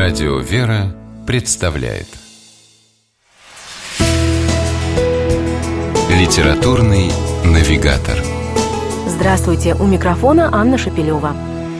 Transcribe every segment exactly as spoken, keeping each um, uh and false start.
Радио «Вера» представляет Литературный навигатор. Здравствуйте, у микрофона Анна Шапилева.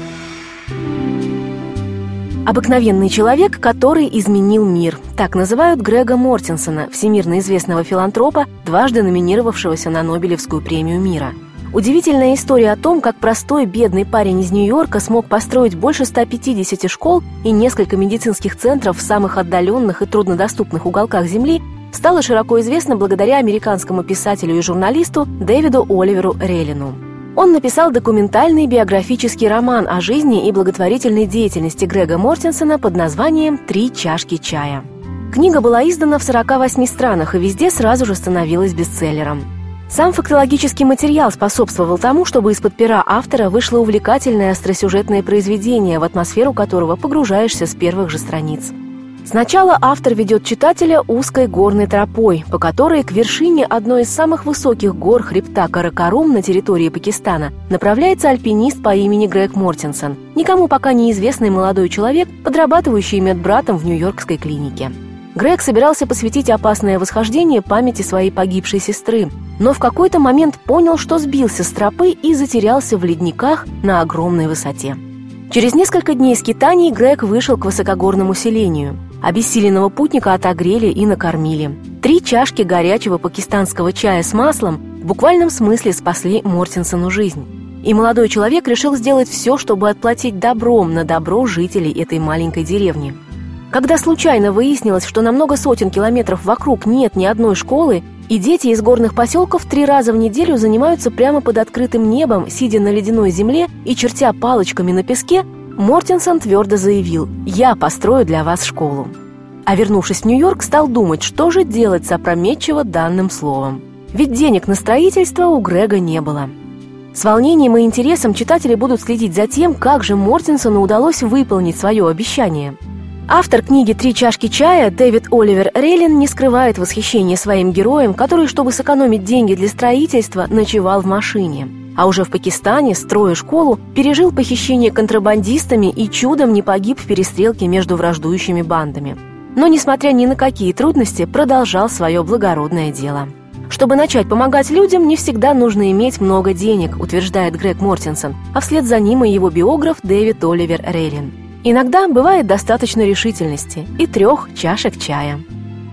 Обыкновенный человек, который изменил мир. Так называют Грега Мортенсона, всемирно известного филантропа, дважды номинировавшегося на Нобелевскую премию мира. Удивительная история о том, как простой бедный парень из Нью-Йорка смог построить больше ста пятидесяти школ и несколько медицинских центров в самых отдаленных и труднодоступных уголках Земли, стала широко известна благодаря американскому писателю и журналисту Дэвиду Оливеру Реллину. Он написал документальный биографический роман о жизни и благотворительной деятельности Грега Мортенсона под названием «Три чашки чая». Книга была издана в сорока восьми странах и везде сразу же становилась бестселлером. Сам фактологический материал способствовал тому, чтобы из-под пера автора вышло увлекательное остросюжетное произведение, в атмосферу которого погружаешься с первых же страниц. Сначала автор ведет читателя узкой горной тропой, по которой к вершине одной из самых высоких гор хребта Каракарум на территории Пакистана направляется альпинист по имени Грег Мортенсон, никому пока неизвестный молодой человек, подрабатывающий медбратом в нью-йоркской клинике. Грег собирался посвятить опасное восхождение памяти своей погибшей сестры, но в какой-то момент понял, что сбился с тропы и затерялся в ледниках на огромной высоте. Через несколько дней скитаний Грег вышел к высокогорному селению. Обессиленного путника отогрели и накормили. Три чашки горячего пакистанского чая с маслом в буквальном смысле спасли Мортенсону жизнь. И молодой человек решил сделать все, чтобы отплатить добром на добро жителей этой маленькой деревни. Когда случайно выяснилось, что на много сотен километров вокруг нет ни одной школы, и дети из горных поселков три раза в неделю занимаются прямо под открытым небом, сидя на ледяной земле и чертя палочками на песке, Мортенсон твердо заявил: «Я построю для вас школу». А вернувшись в Нью-Йорк, стал думать, что же делать с опрометчиво данным словом. Ведь денег на строительство у Грега не было. С волнением и интересом читатели будут следить за тем, как же Мортенсону удалось выполнить свое обещание. Автор книги «Три чашки чая» Дэвид Оливер Реллин не скрывает восхищения своим героем, который, чтобы сэкономить деньги для строительства, ночевал в машине. А уже в Пакистане, строя школу, пережил похищение контрабандистами и чудом не погиб в перестрелке между враждующими бандами. Но, несмотря ни на какие трудности, продолжал свое благородное дело. Чтобы начать помогать людям, не всегда нужно иметь много денег, утверждает Грег Мортенсон, а вслед за ним и его биограф Дэвид Оливер Реллин. Иногда бывает достаточно решительности и трех чашек чая.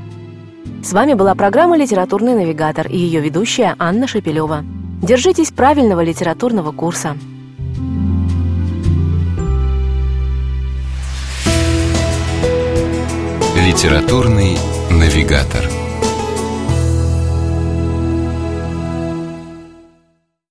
С вами была программа «Литературный навигатор» и ее ведущая Анна Шапилева. Держитесь правильного литературного курса. Литературный навигатор.